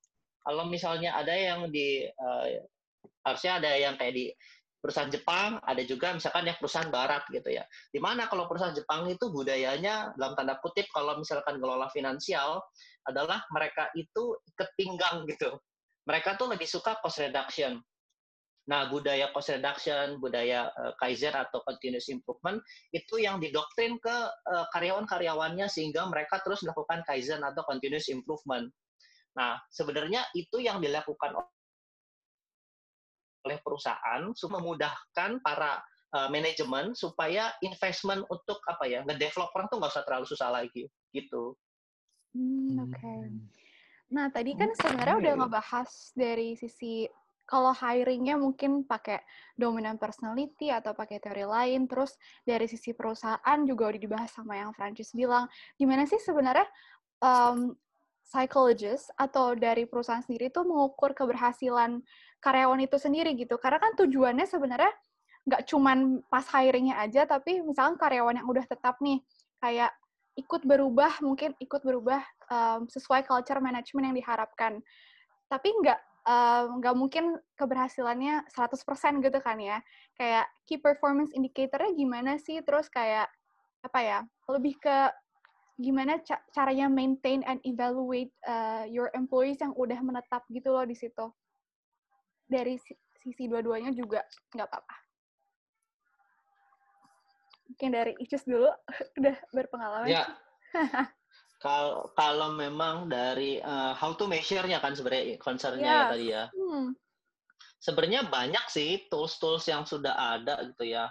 Kalau misalnya ada yang di uh, harusnya ada yang kayak di perusahaan Jepang, ada juga misalkan yang perusahaan Barat gitu ya. Dimana kalau perusahaan Jepang itu budayanya dalam tanda kutip kalau misalkan ngelola finansial adalah mereka itu ikat pinggang gitu. Mereka tuh lebih suka cost reduction. Nah, budaya cost reduction, budaya uh, Kaizen atau continuous improvement itu yang didoktrin ke uh, karyawan-karyawannya sehingga mereka terus melakukan Kaizen atau continuous improvement. Nah, sebenarnya itu yang dilakukan oleh perusahaan supaya memudahkan para uh, manajemen supaya investment untuk apa ya ngedevelop orang tuh nggak usah terlalu susah lagi gitu. Hmm, oke. Okay. Nah tadi kan sebenarnya udah ngebahas dari sisi kalau hiringnya mungkin pakai dominant personality atau pakai teori lain, terus dari sisi perusahaan juga udah dibahas sama yang Francis bilang. Gimana sih sebenarnya um, psychologist atau dari perusahaan sendiri tuh mengukur keberhasilan karyawan itu sendiri gitu? Karena kan tujuannya sebenarnya nggak cuman pas hiringnya aja, tapi misalkan karyawan yang udah tetap nih, kayak ikut berubah, mungkin ikut berubah um, sesuai culture management yang diharapkan. Tapi nggak um, nggak mungkin keberhasilannya seratus persen gitu kan ya. Kayak key performance indicator-nya gimana sih? Terus kayak, apa ya, lebih ke gimana ca- caranya maintain and evaluate uh, your employees yang udah menetap gitu loh di situ. Dari sisi dua-duanya juga nggak apa-apa. Mungkin dari Icus dulu, udah berpengalaman. Ya, kalau kalau memang dari uh, how to measure-nya kan sebenarnya concern-nya yes. ya tadi ya. Hmm. Sebenarnya banyak sih tools-tools yang sudah ada gitu ya.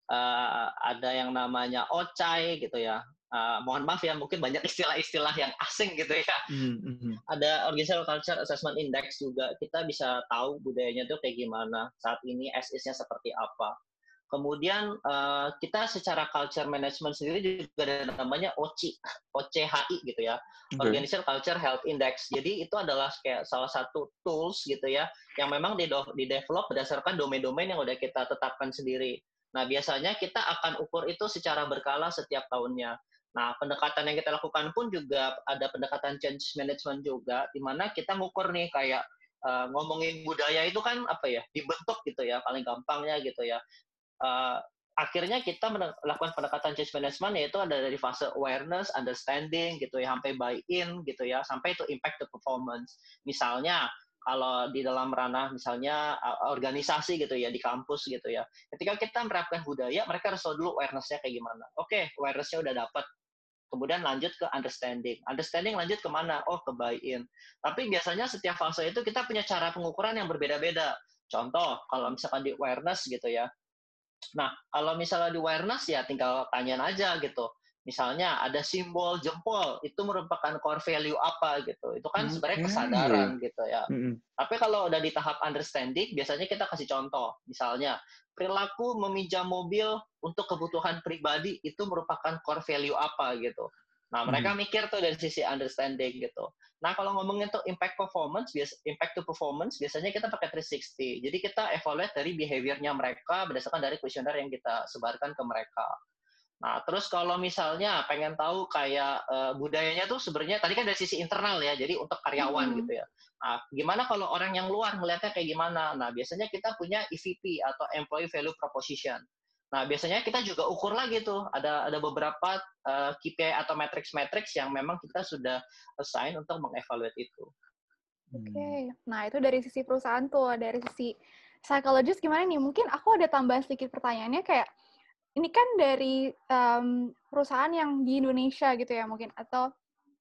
Uh, ada yang namanya O C A I gitu ya. Uh, mohon maaf ya, mungkin banyak istilah-istilah yang asing gitu ya. Mm-hmm. Ada Organizational Culture Assessment Index juga. Kita bisa tahu budayanya tuh kayak gimana. Saat ini as is-nya seperti apa. Kemudian uh, kita secara culture management sendiri juga ada namanya O C I, O C H I gitu ya, okay. Organizational Culture Health Index. Jadi itu adalah kayak salah satu tools gitu ya, yang memang di-develop berdasarkan domain-domain yang udah kita tetapkan sendiri. Nah biasanya kita akan ukur itu secara berkala setiap tahunnya. Nah pendekatan yang kita lakukan pun juga ada pendekatan change management juga, di mana kita ngukur nih kayak uh, ngomongin budaya itu kan apa ya, dibentuk gitu ya, paling gampangnya gitu ya. Uh, akhirnya kita melakukan pendekatan change management yaitu ada dari fase awareness, understanding gitu ya, sampai buy-in gitu ya, sampai itu impact to performance. Misalnya kalau di dalam ranah misalnya uh, organisasi gitu ya, di kampus gitu ya, ketika kita menerapkan budaya, mereka harus tahu dulu awareness-nya kayak gimana. Oke, okay, awareness-nya udah dapat. Kemudian lanjut ke understanding. Understanding lanjut kemana? Oh, ke buy-in. Tapi biasanya setiap fase itu kita punya cara pengukuran yang berbeda-beda. Contoh, kalau misalkan di awareness gitu ya, nah, kalau misalnya di awareness ya tinggal tanyain aja gitu. Misalnya ada simbol jempol, itu merupakan core value apa gitu. Itu kan sebenarnya kesadaran gitu ya. Mm-hmm. Tapi kalau udah di tahap understanding, biasanya kita kasih contoh. Misalnya, perilaku meminjam mobil untuk kebutuhan pribadi itu merupakan core value apa gitu. Nah, mereka mm-hmm. mikir tuh dari sisi understanding gitu. Nah, kalau ngomongin tuh impact performance, impact to performance, biasanya kita pakai tiga enam nol. Jadi kita evaluate dari behavior-nya mereka berdasarkan dari kuesioner yang kita sebarkan ke mereka. Nah, terus kalau misalnya pengen tahu kayak uh, budayanya tuh sebenarnya tadi kan dari sisi internal ya, jadi untuk karyawan hmm. gitu ya. Nah, gimana kalau orang yang luar melihatnya kayak gimana? Nah, biasanya kita punya E V P atau Employee Value Proposition. Nah, biasanya kita juga ukur lagi tuh, ada ada beberapa uh, K P I atau matrix-matrix yang memang kita sudah assign untuk mengevaluate itu. Oke, okay. Nah itu dari sisi perusahaan tuh, dari sisi psikologis gimana nih? Mungkin aku ada tambahan sedikit pertanyaannya kayak, ini kan dari um, perusahaan yang di Indonesia gitu ya mungkin, atau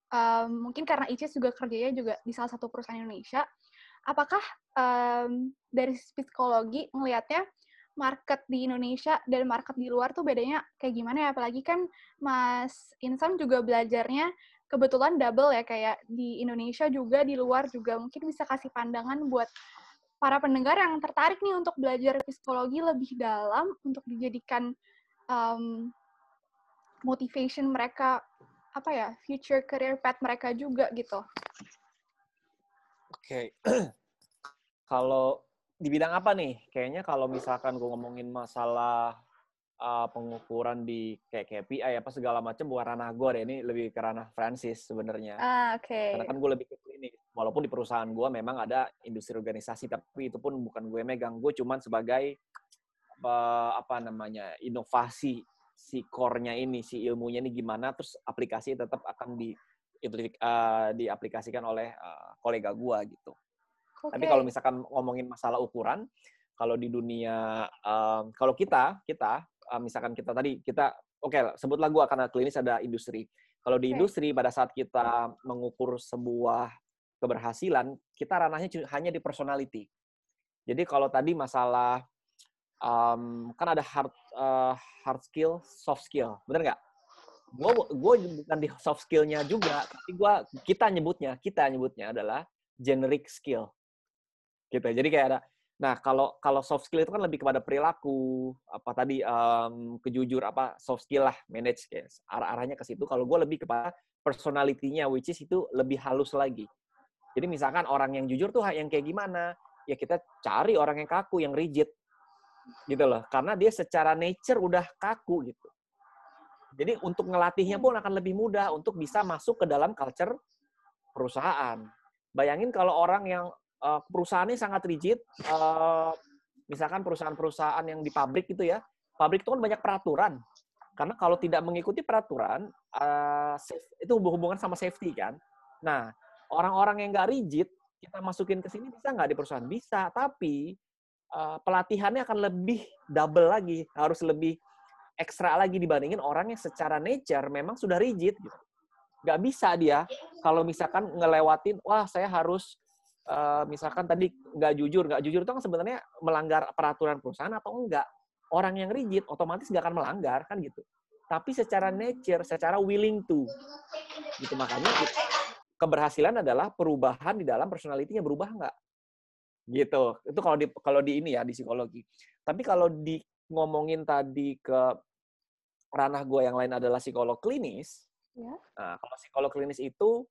um, mungkin karena Icis juga kerjanya juga di salah satu perusahaan Indonesia, apakah um, dari psikologi ngelihatnya market di Indonesia dan market di luar tuh bedanya kayak gimana ya? Apalagi kan Mas Insan juga belajarnya kebetulan double ya, kayak di Indonesia juga, di luar juga. Mungkin bisa kasih pandangan buat para pendengar yang tertarik nih untuk belajar psikologi lebih dalam, untuk dijadikan um, motivation mereka, apa ya, future career path mereka juga gitu. Oke. Okay. Kalau di bidang apa nih? Kayaknya kalau misalkan gue ngomongin masalah uh, pengukuran di kayak K P I apa segala macam, bukan ranah gue deh. Ini lebih ke ranah Francis sebenarnya. Ah, oke. Okay. Karena kan gue lebih ke klinik. Walaupun di perusahaan gue memang ada industri organisasi, tapi itu pun bukan gue megang. Gue cuman sebagai uh, apa namanya inovasi si core-nya ini, si ilmunya ini gimana, terus aplikasi tetap akan di uh, diaplikasikan oleh uh, kolega gue gitu. Okay. Tapi kalau misalkan ngomongin masalah ukuran, kalau di dunia, um, kalau kita, kita, uh, misalkan kita tadi, kita, oke, okay, sebutlah gue karena klinis ada industri. Kalau di okay. industri, pada saat kita mengukur sebuah keberhasilan, kita ranahnya hanya di personality. Jadi kalau tadi masalah, um, kan ada hard, uh, hard skill, soft skill, bener nggak? Gue gue bukan di soft skill-nya juga, tapi gue kita nyebutnya, kita nyebutnya adalah generic skill. Gitu. Jadi kayak ada. Nah, kalau kalau soft skill itu kan lebih kepada perilaku, apa tadi um, kejujur apa soft skill lah, manage kayak arah-arahnya ke situ. Kalau gue lebih kepada personality-nya, which is itu lebih halus lagi. Jadi misalkan orang yang jujur tuh yang kayak gimana? Ya kita cari orang yang kaku, yang rigid, gitu loh. Karena dia secara nature udah kaku gitu. Jadi untuk ngelatihnya pun akan lebih mudah untuk bisa masuk ke dalam culture perusahaan. Bayangin kalau orang yang Uh, perusahaannya sangat rigid, uh, misalkan perusahaan-perusahaan yang di pabrik gitu ya, pabrik itu kan banyak peraturan, karena kalau tidak mengikuti peraturan, uh, itu hubungan sama safety kan. Nah, orang-orang yang nggak rigid, kita masukin ke sini bisa nggak di perusahaan? Bisa, tapi uh, pelatihannya akan lebih double lagi, harus lebih ekstra lagi dibandingin orang yang secara nature memang sudah rigid. Gitu. Nggak bisa dia, kalau misalkan ngelewatin, wah saya harus Uh, misalkan tadi nggak jujur, nggak jujur itu kan sebenarnya melanggar peraturan perusahaan atau enggak. Orang yang rigid otomatis nggak akan melanggar kan gitu. Tapi secara nature, secara willing to, gitu makanya keberhasilan adalah perubahan di dalam personality-nya berubah nggak, gitu. Itu kalau di kalau di ini ya di psikologi. Tapi kalau di ngomongin tadi ke ranah gue yang lain adalah psikolog klinis. Ya. Nah, kalau psikolog klinis itu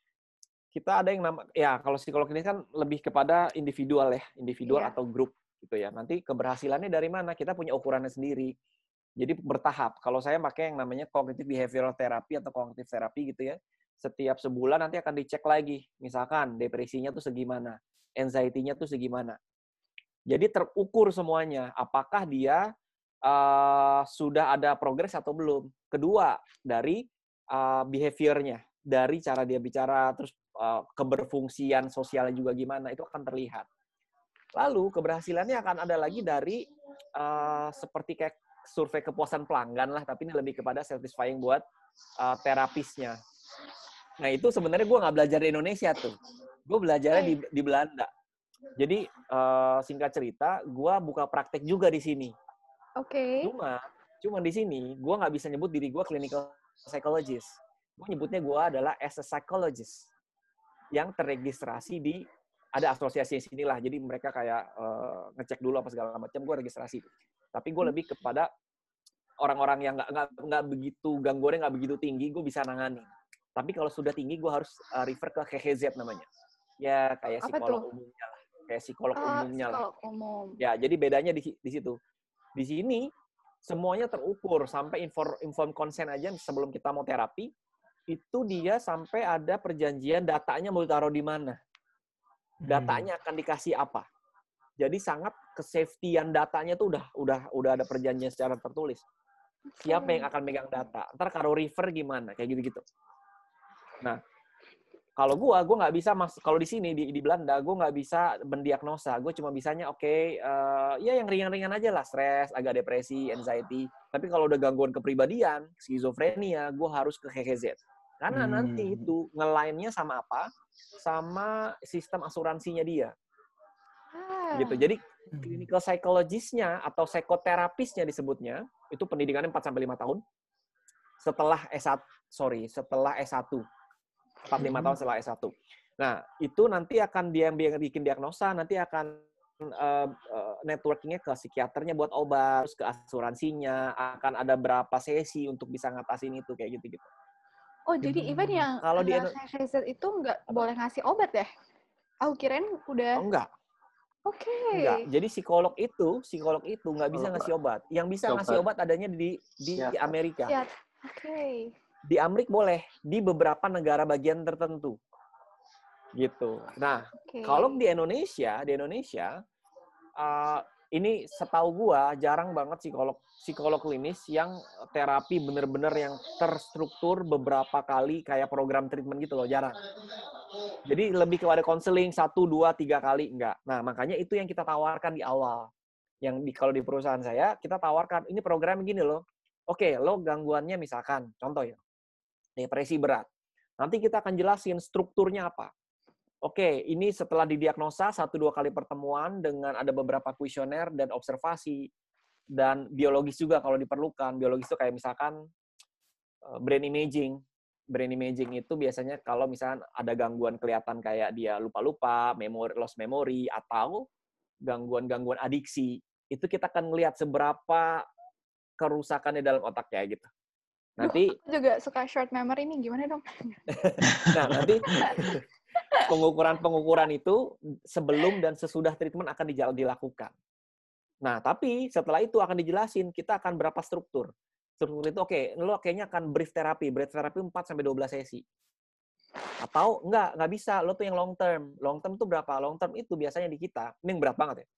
kita ada yang nama, ya kalau psikolog ini kan lebih kepada individual ya, individual yeah. atau grup gitu ya. Nanti keberhasilannya dari mana? Kita punya ukurannya sendiri. Jadi bertahap. Kalau saya pakai yang namanya cognitive behavioral therapy atau cognitive therapy gitu ya. Setiap sebulan nanti akan dicek lagi. Misalkan depresinya tuh segimana, anxiety-nya tuh segimana. Jadi terukur semuanya. Apakah dia uh, sudah ada progres atau belum? Kedua, dari uh, behavior-nya, dari cara dia bicara, terus Uh, keberfungsian sosialnya juga gimana, itu akan terlihat. Lalu keberhasilannya akan ada lagi dari uh, seperti kayak survei kepuasan pelanggan lah, tapi ini lebih kepada satisfying buat uh, terapisnya. Nah itu sebenarnya gue nggak belajar di Indonesia tuh, gue belajarnya di, di Belanda. Jadi uh, singkat cerita, gue buka praktek juga di sini. Oke. Okay. Cuma, cuma di sini gue nggak bisa nyebut diri gue clinical psychologist. Gue nyebutnya gue adalah as a psychologist yang terregistrasi di ada asosiasi sinilah, jadi mereka kayak uh, ngecek dulu apa segala macam, gue registrasi. Tapi gue lebih kepada orang-orang yang nggak nggak nggak begitu gangguannya nggak begitu tinggi, gue bisa nangani. Tapi kalau sudah tinggi, gue harus uh, refer ke K H Z namanya. Ya kayak psikolog umumnya lah, kayak psikolog oh, umumnya lah. Umum. Ya jadi bedanya di di situ. Di sini semuanya terukur sampai inform inform consent aja sebelum kita mau terapi. Itu dia sampai ada perjanjian datanya mau ditaruh di mana. Datanya akan dikasih apa. Jadi sangat kesafetyan datanya tuh udah udah udah ada perjanjian secara tertulis. Siapa yang akan megang data? Ntar kalau refer gimana? Kayak gitu-gitu. Nah, kalau gua, gua nggak bisa mas. Kalau di sini di, di Belanda, gua nggak bisa mendiagnosa. Gua cuma bisanya oke, okay, uh, ya yang ringan-ringan aja lah, stres, agak depresi, anxiety. Tapi kalau udah gangguan kepribadian, skizofrenia, gua harus ke K H Z. Karena hmm. nanti itu ngelainnya sama apa? Sama sistem asuransinya dia. Ah. Gitu. Jadi clinical psychologist-nya atau psikoterapisnya disebutnya, itu pendidikannya empat sampai lima tahun. Setelah S satu, sorry, setelah S satu. empat sampai lima tahun setelah S satu. Nah, itu nanti akan dia yang bikin diagnosa, nanti akan uh, uh, networking-nya ke psikiaternya buat obat, terus ke asuransinya, akan ada berapa sesi untuk bisa ngatasin itu, kayak gitu-gitu. Oh, jadi even yang kalau di K H Z itu nggak boleh ngasih obat ya? Aku kirain udah... Oh, enggak. Oke. Okay. Enggak. Jadi psikolog itu, psikolog itu nggak bisa ngasih obat. Yang bisa ngasih obat adanya di di Siap. Amerika. Oke. Okay. Di Amerika boleh, di beberapa negara bagian tertentu. Gitu. Nah, Oke. kalau di Indonesia, di Indonesia, uh, ini setahu gua jarang banget psikolog psikolog klinis yang terapi bener-bener yang terstruktur beberapa kali kayak program treatment gitu loh, jarang. Jadi lebih kepada konseling satu, dua, tiga kali enggak. Nah, makanya itu yang kita tawarkan di awal. Yang di kalau di perusahaan saya kita tawarkan ini program gini loh. Oke, lo gangguannya misalkan contoh ya, depresi berat. Nanti kita akan jelasin strukturnya apa. Oke, ini setelah didiagnosa satu dua kali pertemuan dengan ada beberapa kuesioner dan observasi dan biologis juga kalau diperlukan. Biologis itu kayak misalkan brain imaging. Brain imaging itu biasanya kalau misalkan ada gangguan kelihatan kayak dia lupa-lupa, memory, lost memory, atau gangguan-gangguan adiksi, itu kita akan melihat seberapa kerusakannya dalam otak kayak gitu. Nanti Duh, aku juga suka short memory nih, gimana dong? Nah, nanti pengukuran-pengukuran itu sebelum dan sesudah treatment akan dilakukan. Nah, tapi setelah itu akan dijelasin kita akan berapa struktur. Struktur itu oke, okay, lo kayaknya akan brief terapi, brief terapi empat sampai dua belas sesi. Atau enggak, enggak bisa, lo tuh yang long term. Long term itu berapa? Long term itu biasanya di kita, ini yang berat banget ya.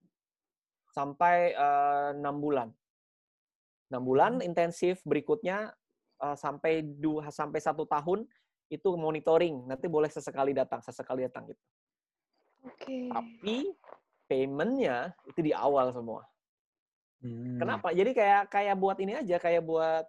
Sampai uh, enam bulan. enam bulan intensif, berikutnya uh, sampai dua sampai satu tahun itu monitoring. Nanti boleh sesekali datang, sesekali datang gitu. Oke. Okay. Tapi payment-nya itu di awal semua. Hmm. Kenapa? Jadi kayak kayak buat ini aja, kayak buat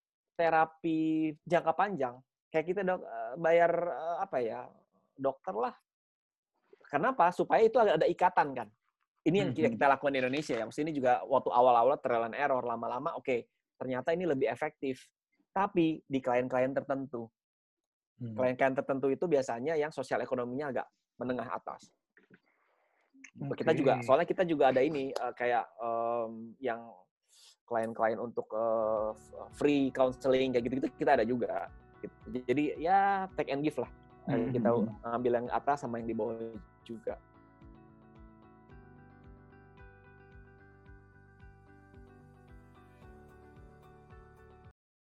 terapi jangka panjang. Kayak kita dok bayar apa ya? Dokter lah. Kenapa? Supaya itu ada ikatan kan. Ini yang kita, kita lakukan di Indonesia ya. Maksudnya ini juga waktu awal-awal trial and error, lama-lama oke, okay, ternyata ini lebih efektif. Tapi di klien-klien tertentu. Hmm. Klien-klien tertentu itu biasanya yang sosial ekonominya agak menengah atas. Okay. Kita juga, soalnya kita juga ada ini uh, kayak um, yang klien-klien untuk uh, free counseling kayak gitu-gitu kita ada juga. Gitu. Jadi ya take and give lah. Hmm. Kita ambil yang atas sama yang di bawah juga.